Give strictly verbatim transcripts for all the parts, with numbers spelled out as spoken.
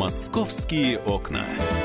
«Московские окна».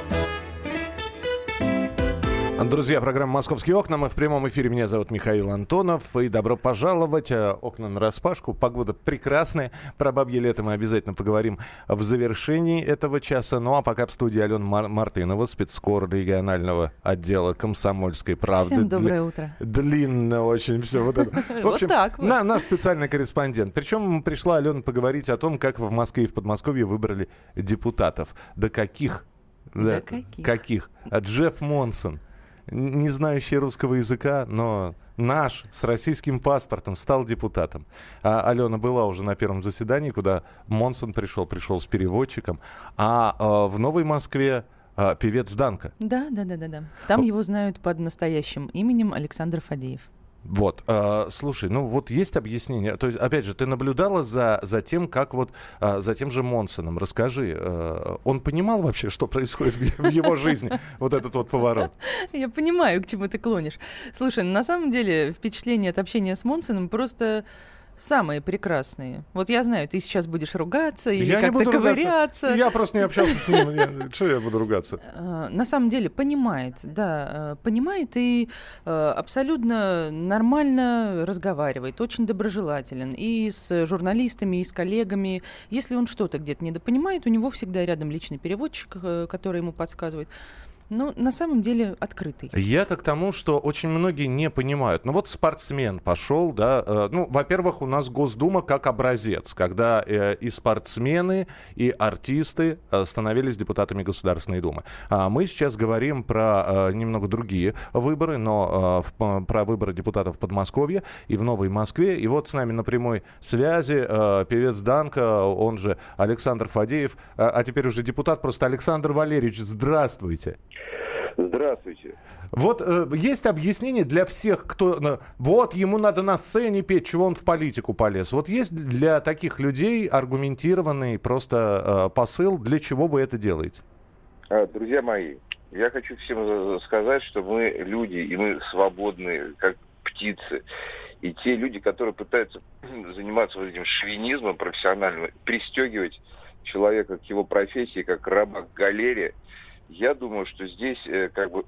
Друзья, программа «Московские окна». Мы в прямом эфире. Меня зовут Михаил Антонов. И добро пожаловать. Окна нараспашку. Погода прекрасная. Про бабье лето мы обязательно поговорим в завершении этого часа. Ну а пока в студии Алена Мар- Мартынова, спецкор регионального отдела «Комсомольской правды». Всем доброе Дли- утро. Длинно очень все. Вот, это. В общем, вот так вот. На, наш специальный корреспондент. Причем пришла Алена поговорить о том, как в Москве и в Подмосковье выбрали депутатов. Да каких? Да Да, каких? каких? А Джефф Монсон, не знающий русского языка, но наш, с российским паспортом, стал депутатом. А Алена была уже на первом заседании, куда Монсон пришел, пришел с переводчиком. А, а в Новой Москве а, певец Данка. Да, да, да, да, да. Там его знают под настоящим именем Александр Фадеев. Вот, э, слушай, ну вот есть объяснение. То есть, опять же, ты наблюдала за, за тем, как вот, э, за тем же Монсоном. Расскажи, э, он понимал вообще, что происходит в, в его жизни? Вот этот вот поворот. Я понимаю, к чему ты клонишь. Слушай, на самом деле впечатление от общения с Монсоном просто самые прекрасные. Вот я знаю, ты сейчас будешь ругаться или Я не как-то буду ругаться. ковыряться. Я просто не общался с ним. Я- Что я буду ругаться? Э, На самом деле понимает, да, э, понимает и э, абсолютно нормально разговаривает, очень доброжелателен и с журналистами, и с коллегами. Если он что-то где-то недопонимает, у него всегда рядом личный переводчик, э, который ему подсказывает. Ну, на самом деле открытый. Я-то к тому, что очень многие не понимают. Ну вот спортсмен пошел, да. э, ну, во-первых, у нас Госдума как образец, когда э, и спортсмены, и артисты э, становились депутатами Государственной Думы. А мы сейчас говорим про э, немного другие выборы, но э, в- про выборы депутатов в Подмосковье и в Новой Москве. И вот с нами на прямой связи э, певец Данка, он же Александр Фадеев, а, а теперь уже депутат, просто Александр Валерьевич. Здравствуйте. Здравствуйте. Вот э, есть объяснение для всех, кто... э, вот, ему надо на сцене петь, чего он в политику полез. Вот есть для таких людей аргументированный просто э, посыл, для чего вы это делаете? А, Друзья мои, я хочу всем за- сказать, что мы люди, и мы свободные, как птицы. И те люди, которые пытаются заниматься вот этим шовинизмом профессиональным, пристегивать человека к его профессии, как раба к галере, я думаю, что здесь э, как бы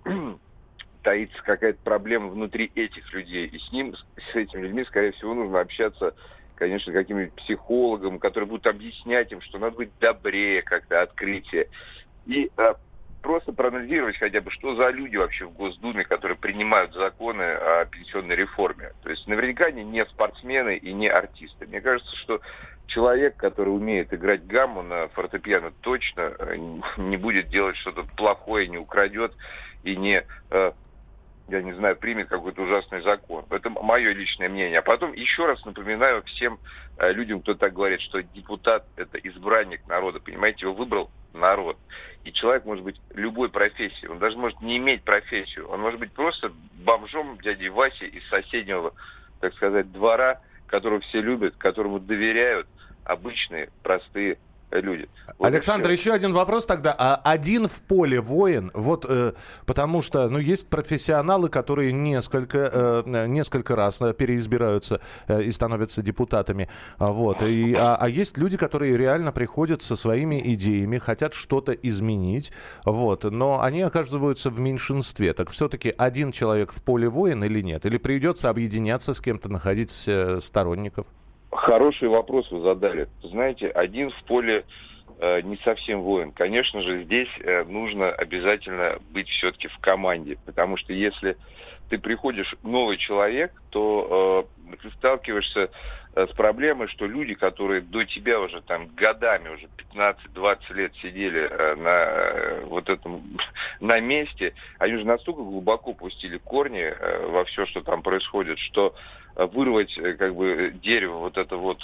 таится какая-то проблема внутри этих людей. И с ним, с этими людьми, скорее всего, нужно общаться, конечно, каким-нибудь психологом, который будет объяснять им, что надо быть добрее как-то, открытие. И э, просто проанализировать хотя бы, что за люди вообще в Госдуме, которые принимают законы о пенсионной реформе. То есть наверняка они не спортсмены и не артисты. Мне кажется, что человек, который умеет играть гамму на фортепиано, точно э, не будет делать что-то плохое, не украдет и не, э, я не знаю, примет какой-то ужасный закон. Это мое личное мнение. А потом еще раз напоминаю всем э, людям, кто так говорит, что депутат – это избранник народа. Понимаете, его выбрал народ. И человек может быть любой профессии. Он даже может не иметь профессию. Он может быть просто бомжом дяди Васи из соседнего, так сказать, двора, которого все любят, которому доверяют обычные, простые люди. Вот Александр, еще один вопрос тогда. А один в поле воин, вот, э, потому что, ну, есть профессионалы, которые несколько, э, несколько раз э, переизбираются э, и становятся депутатами, а, вот, и, а, а есть люди, которые реально приходят со своими идеями, хотят что-то изменить, вот, но они оказываются в меньшинстве. Так все-таки один человек в поле воин или нет? Или придется объединяться с кем-то, находить э, сторонников? Хороший вопрос вы задали. Знаете, один в поле э, не совсем воин. Конечно же, здесь э, нужно обязательно быть все-таки в команде, потому что если ты приходишь новый человек, то э, ты сталкиваешься э, с проблемой, что люди, которые до тебя уже там годами, уже пятнадцать-двадцать лет сидели э, на э, вот этом на месте, они уже настолько глубоко пустили корни э, во все, что там происходит, что вырвать как бы дерево вот это вот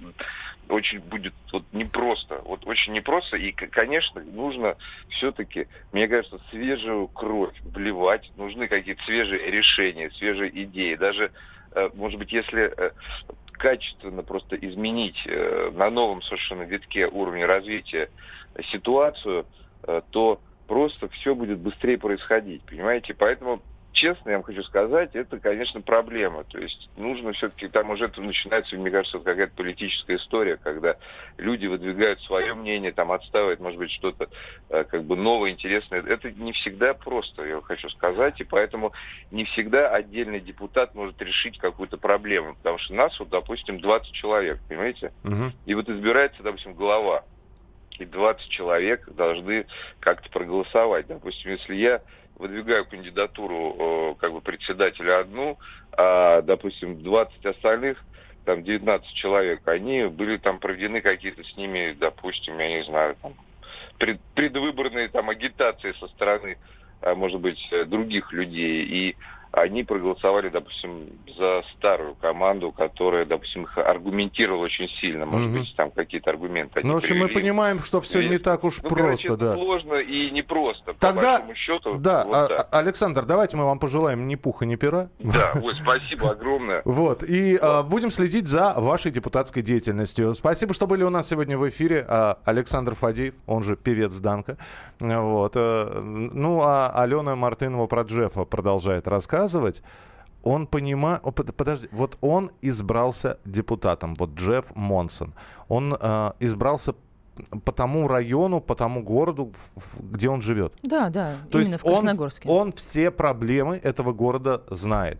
очень будет вот непросто, вот очень непросто, и, конечно, нужно все-таки, мне кажется, свежую кровь вливать, нужны какие-то свежие решения, свежие идеи, даже, может быть, если качественно просто изменить на новом совершенно витке уровня развития ситуацию, то просто все будет быстрее происходить, понимаете, поэтому честно, я вам хочу сказать, это, конечно, проблема. То есть нужно все-таки, там уже это начинается, мне кажется, какая-то политическая история, когда люди выдвигают свое мнение, там отстаивают, может быть, что-то как бы новое, интересное. Это не всегда просто, я хочу сказать, и поэтому не всегда отдельный депутат может решить какую-то проблему. Потому что нас, вот, допустим, двадцать человек, понимаете? Угу. И вот избирается, допустим, глава. И двадцать человек должны как-то проголосовать. Допустим, если я выдвигаю кандидатуру как бы председателя одну, а, допустим, двадцать остальных, там девятнадцать человек, они были там проведены какие-то с ними, допустим, я не знаю, там, пред, предвыборные там агитации со стороны, может быть, других людей, и они проголосовали, допустим, за старую команду, которая, допустим, их аргументировала очень сильно. Может mm-hmm. быть, там какие-то аргументы. Ну, в общем, мы понимаем, что все и... не так уж ну, просто. Короче, да. это сложно и непросто, Тогда... по большому счету. Да, вот а, так. Александр, давайте мы вам пожелаем ни пуха, ни пера. Да, ой, спасибо огромное. Вот, и а, будем следить за вашей депутатской деятельностью. Спасибо, что были у нас сегодня в эфире. А, Александр Фадеев, он же певец Данка. Вот. А, ну, а Алена Мартынова про Джеффа продолжает рассказывать. Он понимает... Подожди, вот он избрался депутатом, вот Джефф Монсон. Он э, избрался по тому району, по тому городу, где он живет. Да, да, То именно есть в Красногорске. Он, он все проблемы этого города знает.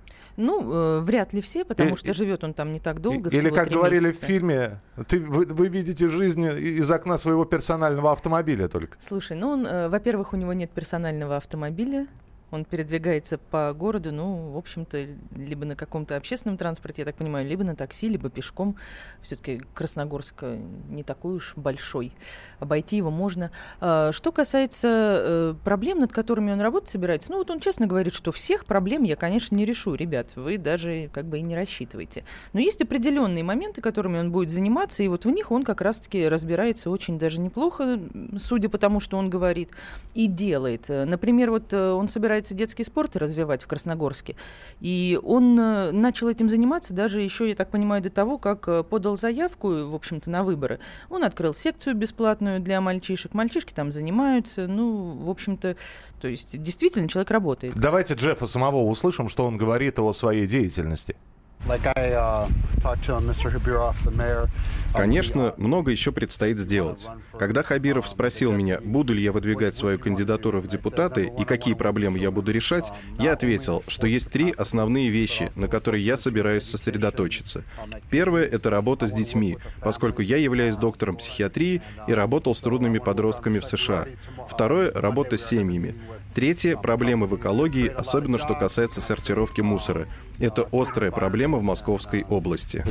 Ну, э, вряд ли все, потому и, что живет он там не так долго, Или, всего как три говорили месяца. в фильме, ты, вы, вы видите жизнь из окна своего персонального автомобиля только. Слушай, ну, он, э, во-первых, у него нет персонального автомобиля. Он передвигается по городу, ну, в общем-то, либо на каком-то общественном транспорте, я так понимаю, либо на такси, либо пешком. Все-таки Красногорск не такой уж большой. Обойти его можно. Что касается проблем, над которыми он работать собирается, ну, вот он честно говорит, что всех проблем я, конечно, не решу, ребят. Вы даже как бы и не рассчитывайте. Но есть определенные моменты, которыми он будет заниматься, и вот в них он как раз-таки разбирается очень даже неплохо, судя по тому, что он говорит, и делает. Например, вот он собирается детский спорт развивать в Красногорске. И он э, начал этим заниматься даже еще, я так понимаю, до того, как э, подал заявку, в общем-то, на выборы. Он открыл секцию бесплатную для мальчишек. Мальчишки там занимаются. Ну, в общем-то, то есть действительно человек работает. Давайте Джеффа самого услышим, что он говорит о своей деятельности. Конечно, много еще предстоит сделать. Когда Хабиров спросил меня, буду ли я выдвигать свою кандидатуру в депутаты и какие проблемы я буду решать, я ответил, что есть три основные вещи, на которые я собираюсь сосредоточиться. Первое — это работа с детьми, поскольку я являюсь доктором психиатрии и работал с трудными подростками в США. Второе — работа с семьями. Третье — проблемы в экологии, особенно что касается сортировки мусора. Это острая проблема в Московской области.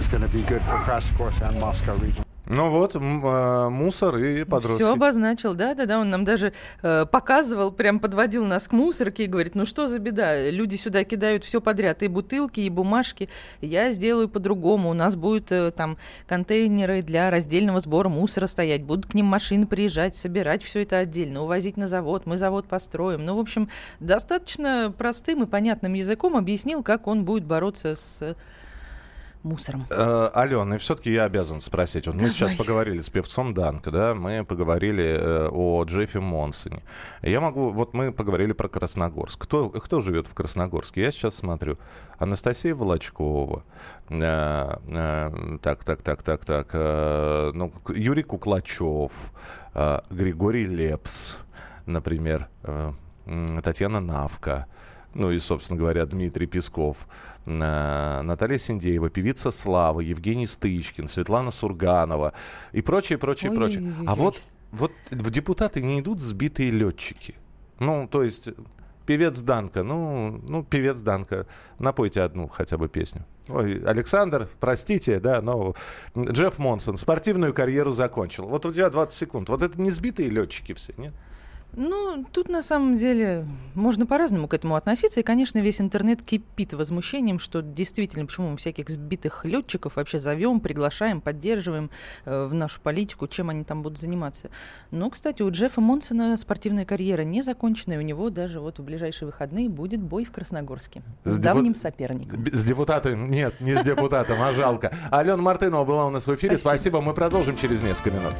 Ну вот, м- мусор и подростки. Все обозначил, да-да-да. Он нам даже э, показывал, прям подводил нас к мусорке и говорит, ну что за беда, люди сюда кидают все подряд, и бутылки, и бумажки. Я сделаю по-другому. У нас будут э, там контейнеры для раздельного сбора мусора стоять, будут к ним машины приезжать, собирать все это отдельно, увозить на завод, мы завод построим. Ну, в общем, достаточно простым и понятным языком объяснил, как он будет бороться с... мусором. Э, Алена, и все-таки я обязан спросить. Вот мы Давай. сейчас поговорили с певцом Данка, да, мы поговорили э, о Джеффе Монсоне. Я могу, вот мы поговорили про Красногорск. Кто, кто живет в Красногорске? Я сейчас смотрю. Анастасия Волочкова. Э, э, так, так, так, так, так. Э, ну, Юрий Куклачев. Э, Григорий Лепс, например. Э, Татьяна Навка. Ну и, собственно говоря, Дмитрий Песков, Наталья Синдеева, певица Слава, Евгений Стычкин, Светлана Сурганова и прочее, прочее, прочее. Ой-ой-ой. А вот, вот в депутаты не идут сбитые летчики. Ну, то есть певец Данка, ну, ну, певец Данка, напойте одну хотя бы песню. Ой, Александр, простите, да, но Джефф Монсон спортивную карьеру закончил. Вот у тебя двадцать секунд. Вот это не сбитые летчики все, нет? Ну, тут на самом деле можно по-разному к этому относиться. И, конечно, весь интернет кипит возмущением, что действительно, почему мы всяких сбитых летчиков вообще зовем, приглашаем, поддерживаем э, в нашу политику, чем они там будут заниматься. Но, кстати, у Джеффа Монсона спортивная карьера не закончена, и у него даже вот в ближайшие выходные будет бой в Красногорске с, с давним депу... соперником. С депутатом? Нет, не с депутатом, а жалко. Алена Мартынова была у нас в эфире. Спасибо. Спасибо. Мы продолжим через несколько минут.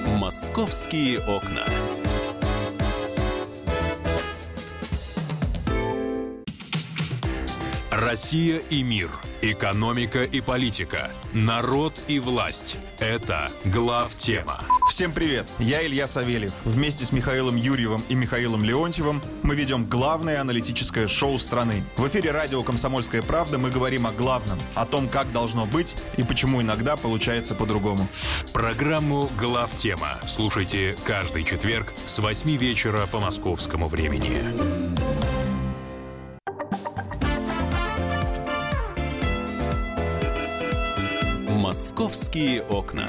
«Московские окна». Россия и мир. Экономика и политика. Народ и власть. Это главтема. Всем привет, я Илья Савельев. Вместе с Михаилом Юрьевым и Михаилом Леонтьевым мы ведем главное аналитическое шоу страны. В эфире радио «Комсомольская правда» мы говорим о главном, о том, как должно быть и почему иногда получается по-другому. Программу «Главтема» слушайте каждый четверг с восьми вечера по московскому времени. «Московские окна».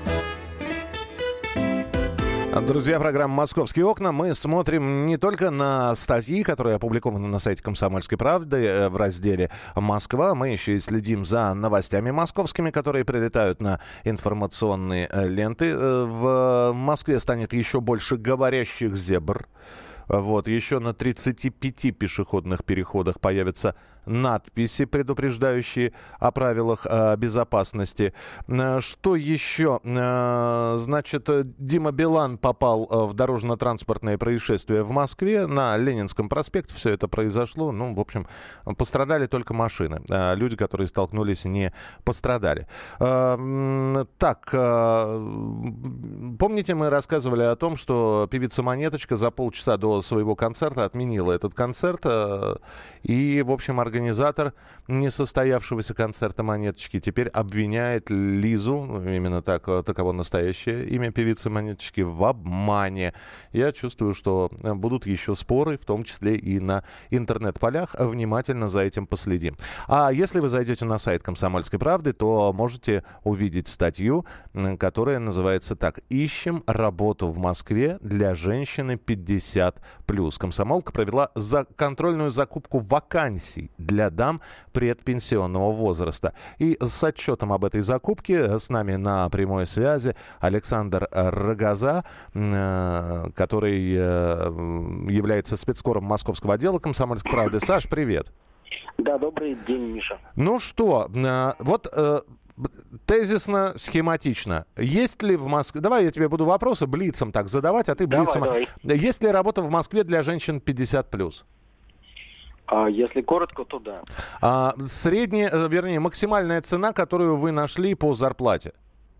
Друзья, программа «Московские окна». Мы смотрим не только на статьи, которые опубликованы на сайте «Комсомольской правды» в разделе «Москва». Мы еще и следим за новостями московскими, которые прилетают на информационные ленты. В Москве станет еще больше говорящих зебр. Вот, еще на тридцати пяти пешеходных переходах появятся надписи, предупреждающие о правилах э, безопасности. Что еще? Э, значит, Дима Билан попал в дорожно-транспортное происшествие в Москве. На Ленинском проспекте все это произошло. Ну, в общем, пострадали только машины. Э, люди, которые столкнулись, не пострадали. Э, так, э, помните, мы рассказывали о том, что певица Монеточка за полчаса до своего концерта отменила этот концерт. Э, и, в общем, организатор несостоявшегося концерта Монеточки теперь обвиняет Лизу, именно так, таково настоящее имя певицы Монеточки, в обмане. Я чувствую, что будут еще споры, в том числе и на интернет-полях. Внимательно за этим последим. А если вы зайдете на сайт «Комсомольской правды», то можете увидеть статью, которая называется так: «Ищем работу в Москве для женщины пятьдесят плюс». Комсомолка провела за контрольную закупку вакансий для дам предпенсионного возраста. И с отчетом об этой закупке с нами на прямой связи Александр Рогоза, который является спецкором московского отдела «Комсомольской правды». Саш, привет. Да, добрый день, Миша. Ну что, вот... Тезисно, схематично. Есть ли в Москве... Давай я тебе буду вопросы блицом так задавать, а ты блицом... Давай, давай. Есть ли работа в Москве для женщин пятьдесят плюс? А, если коротко, то да. А, средняя, вернее, максимальная цена, которую вы нашли по зарплате?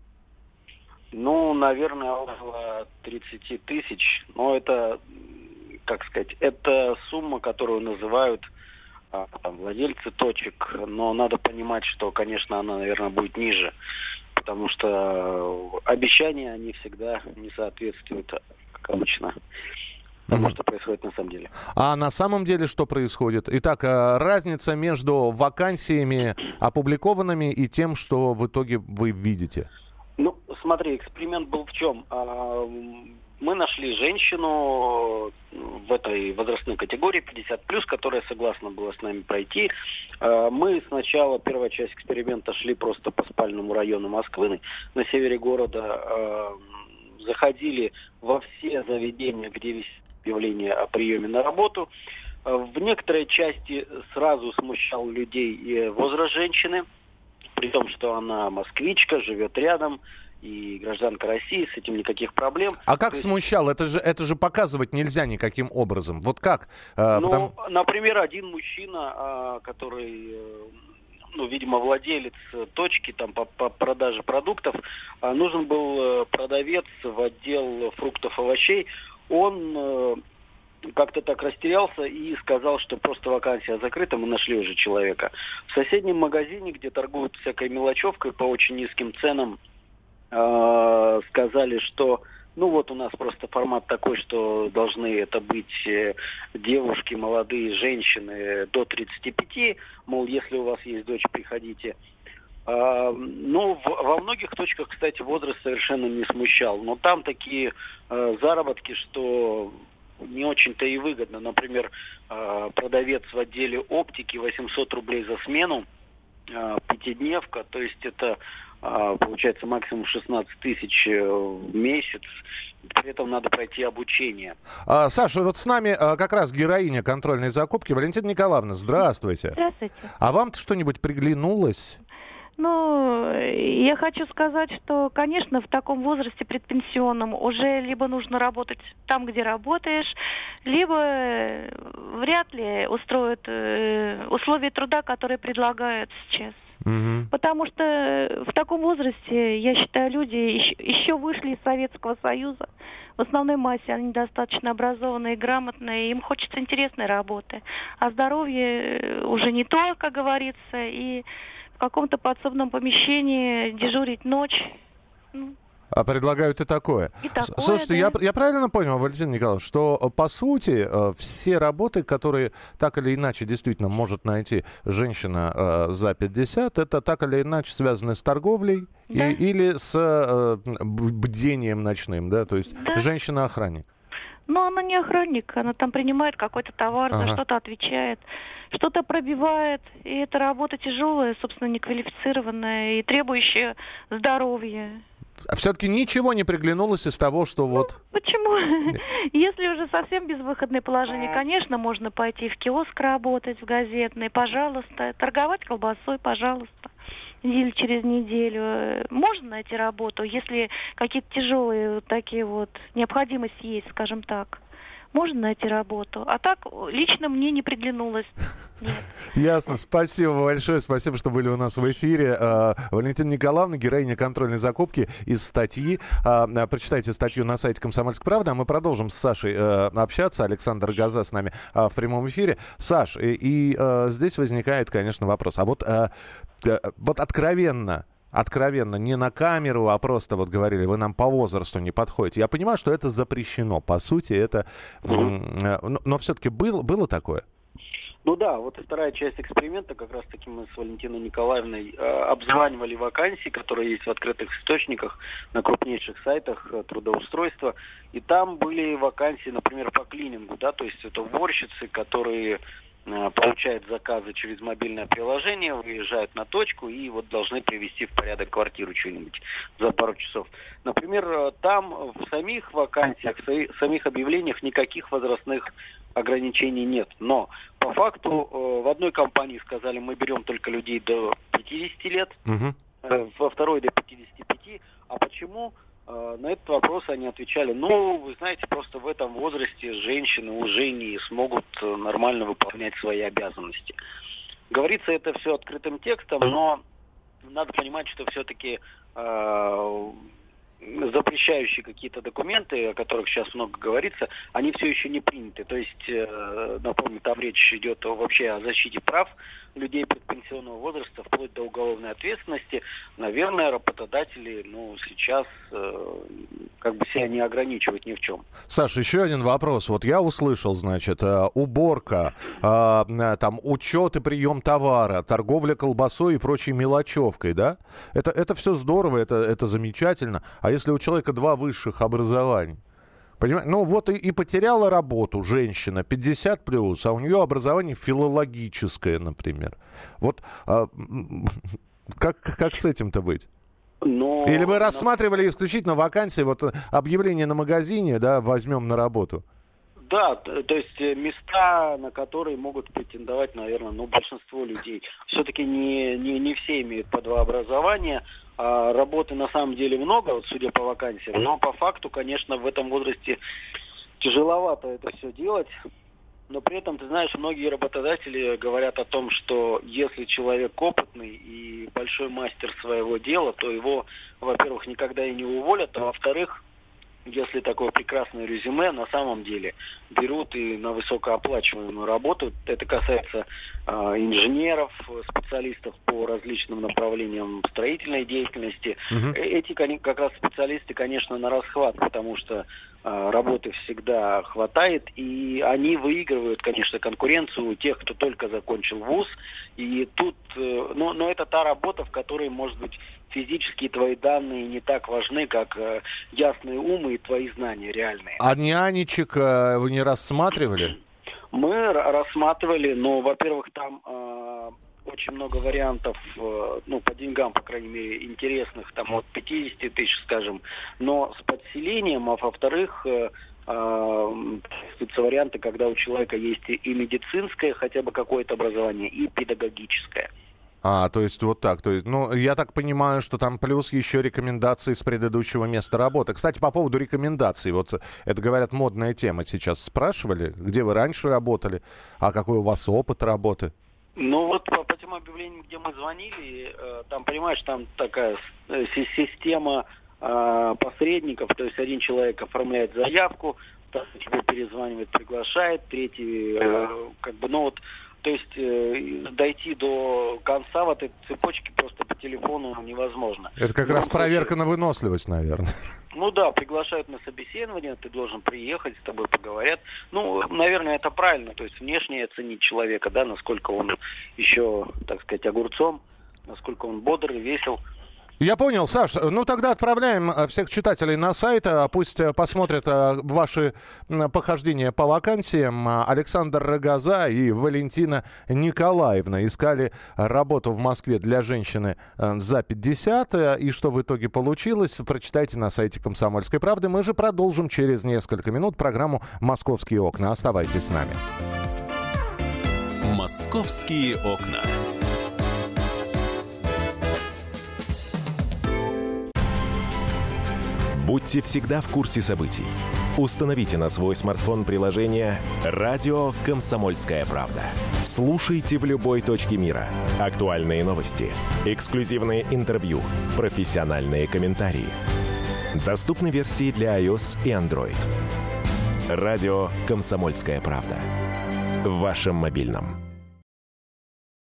Ну, наверное, около тридцать тысяч. Но это, как сказать, это сумма, которую называют там владельцы точек, но надо понимать, что, конечно, она, наверное, будет ниже, потому что обещания, они всегда не соответствуют, как обычно, тому, что происходит на самом деле. А на самом деле что происходит? Итак, разница между вакансиями опубликованными и тем, что в итоге вы видите? Ну, смотри, эксперимент был в чем? Мы нашли женщину в этой возрастной категории пятьдесят плюс, которая согласна была с нами пройти. Мы сначала, первая часть эксперимента, шли просто по спальному району Москвы, на севере города, заходили во все заведения, где висит объявление о приеме на работу. В некоторой части сразу смущал людей возраст женщины, при том, что она москвичка, живет рядом, и гражданка России, с этим никаких проблем. А как То смущал? есть... Это же, это же показывать нельзя никаким образом. Вот как? Э, ну, потому... например, один мужчина, который, ну, видимо, владелец точки там по, по продаже продуктов, нужен был продавец в отдел фруктов и овощей. Он как-то так растерялся и сказал, что просто вакансия закрыта, мы нашли уже человека. В соседнем магазине, где торгуют всякой мелочевкой по очень низким ценам, сказали, что ну вот у нас просто формат такой, что должны это быть девушки, молодые женщины до тридцати пяти, мол, если у вас есть дочь, приходите. А, ну, в, во многих точках, кстати, возраст совершенно не смущал, но там такие а, заработки, что не очень-то и выгодно. Например, а, продавец в отделе оптики восемьсот рублей за смену, а, пятидневка, то есть это получается максимум шестнадцать тысяч в месяц. При этом надо пройти обучение. А, Саша, вот с нами а, как раз героиня контрольной закупки Валентина Николаевна. Здравствуйте. Здравствуйте. А вам-то что-нибудь приглянулось? Ну, я хочу сказать, что, конечно, в таком возрасте предпенсионном уже либо нужно работать там, где работаешь, либо вряд ли устроят э, условия труда, которые предлагают сейчас. Угу. Потому что в таком возрасте, я считаю, люди еще, еще вышли из Советского Союза. В основной массе они достаточно образованные, грамотные, им хочется интересной работы. А здоровье уже не то, как говорится, и в каком-то подсобном помещении дежурить ночь. Ну, А предлагают и такое. И такое, Слушайте, да. я, я правильно понял, Валентин Николаевич, что, по сути, э, все работы, которые так или иначе действительно может найти женщина э, за пятьдесят, это так или иначе связаны с торговлей, Да. и, или с э, бдением ночным, да, то есть Да. женщина-охранник. Но она не охранник, она там принимает какой-то товар, Ага. за что-то отвечает, что-то пробивает. И эта работа тяжелая, собственно, неквалифицированная и требующая здоровья. Все-таки ничего не приглянулось из того, что вот... Почему? Если уже совсем безвыходное положение, конечно, можно пойти в киоск работать, в газетный, пожалуйста. Торговать колбасой, пожалуйста. Неделю через неделю. Можно найти работу, если какие-то тяжелые вот такие вот необходимости есть, скажем так. Можно найти работу. А так лично мне не приглянулось. Нет. Ясно. Спасибо большое. Спасибо, что были у нас в эфире. Э, Валентина Николаевна, героиня контрольной закупки из статьи. Э, Прочитайте статью на сайте «Комсомольской правды». А мы продолжим с Сашей э, общаться. Александр Газа с нами э, в прямом эфире. Саш, и, и э, здесь возникает, конечно, вопрос. А вот, э, э, вот откровенно... Откровенно, не на камеру, а просто вот говорили, вы нам по возрасту не подходите. Я понимаю, что это запрещено. По сути, это... Mm-hmm. Но, но все-таки было, было такое? Ну да, вот вторая часть эксперимента, как раз таки мы с Валентиной Николаевной э, обзванивали вакансии, которые есть в открытых источниках на крупнейших сайтах э, трудоустройства. И там были вакансии, например, по клинингу, да, то есть это уборщицы, которые... получают заказы через мобильное приложение, выезжают на точку и вот должны привести в порядок квартиру что-нибудь за пару часов. Например, там в самих вакансиях, в самих объявлениях никаких возрастных ограничений нет. Но по факту в одной компании сказали, мы берем только людей до пятидесяти лет, угу. во второй до пятидесяти пяти. А почему? На этот вопрос они отвечали, ну, вы знаете, просто в этом возрасте женщины уже не смогут нормально выполнять свои обязанности. Говорится это все открытым текстом, но надо понимать, что все-таки э, запрещающие какие-то документы, о которых сейчас много говорится, они все еще не приняты. То есть, э, напомню, там речь идет о, вообще о защите прав людей предпенсионного возраста, вплоть до уголовной ответственности. Наверное, работодатели, ну, сейчас э, как бы себя не ограничивают ни в чем. Саша, еще один вопрос. Вот я услышал, значит, э, уборка, э, там, учет и прием товара, торговля колбасой и прочей мелочевкой, да? Это, это все здорово, это, это замечательно. А если у человека два высших образования? Понимаете? Ну вот и, и потеряла работу женщина, пятьдесят плюс, а у нее образование филологическое, например. Вот а, как, как с этим-то быть? Но... Или вы рассматривали исключительно вакансии, вот объявление на магазине, да, возьмем на работу? Да, то есть места, на которые могут претендовать, наверное, ну, большинство людей. Все-таки не, не, не все имеют по два образования. А работы на самом деле много, вот, судя по вакансиям. Но по факту, конечно, в этом возрасте тяжеловато это все делать. Но при этом, ты знаешь, многие работодатели говорят о том, что если человек опытный и большой мастер своего дела, то его, во-первых, никогда и не уволят, а во-вторых, если такое прекрасное резюме, на самом деле берут и на высокооплачиваемую работу. Это касается э, инженеров, специалистов по различным направлениям строительной деятельности. Uh-huh. Эти как раз специалисты, конечно, на расхват, потому что э, работы всегда хватает, и они выигрывают, конечно, конкуренцию у тех, кто только закончил вуз. И тут, э, но, но это та работа, в которой, может быть, физические твои данные не так важны, как э, ясный ум и твои знания реальные. А нянечек э, вы не рассматривали? Мы рассматривали, но, во-первых, там э, очень много вариантов, э, ну, по деньгам, по крайней мере, интересных, там, от пятьдесят тысяч, скажем, но с подселением, а во-вторых, э, э, варианты, когда у человека есть и медицинское, хотя бы какое-то образование, и педагогическое. А, то есть вот так. То есть, ну, я так понимаю, что там плюс еще рекомендации с предыдущего места работы. Кстати, по поводу рекомендаций. Вот это, говорят, модная тема сейчас. Спрашивали, где вы раньше работали, а какой у вас опыт работы? Ну вот по, по тем объявлениям, где мы звонили, э, там, понимаешь, там такая э, система э, посредников. То есть один человек оформляет заявку, второй тебе перезванивает, приглашает, третий, э, как бы, ну вот... То есть э, дойти до конца в этой цепочке просто по телефону невозможно. Это как раз проверка на выносливость, наверное. Ну да, приглашают на собеседование, ты должен приехать, с тобой поговорят. Ну, наверное, это правильно. То есть внешне оценить человека, да, насколько он еще, так сказать, огурцом, насколько он бодрый, весел. Я понял, Саш. Ну, тогда отправляем всех читателей на сайт. Пусть посмотрят ваши похождения по вакансиям. Александр Рогоза и Валентина Николаевна искали работу в Москве для женщины за пятьдесят. И что в итоге получилось, прочитайте на сайте «Комсомольской правды». Мы же продолжим через несколько минут программу «Московские окна». Оставайтесь с нами. «Московские окна». Будьте всегда в курсе событий. Установите на свой смартфон приложение «Радио Комсомольская правда». Слушайте в любой точке мира. Актуальные новости, эксклюзивные интервью, профессиональные комментарии. Доступны версии для iOS и Android. «Радио Комсомольская правда». В вашем мобильном.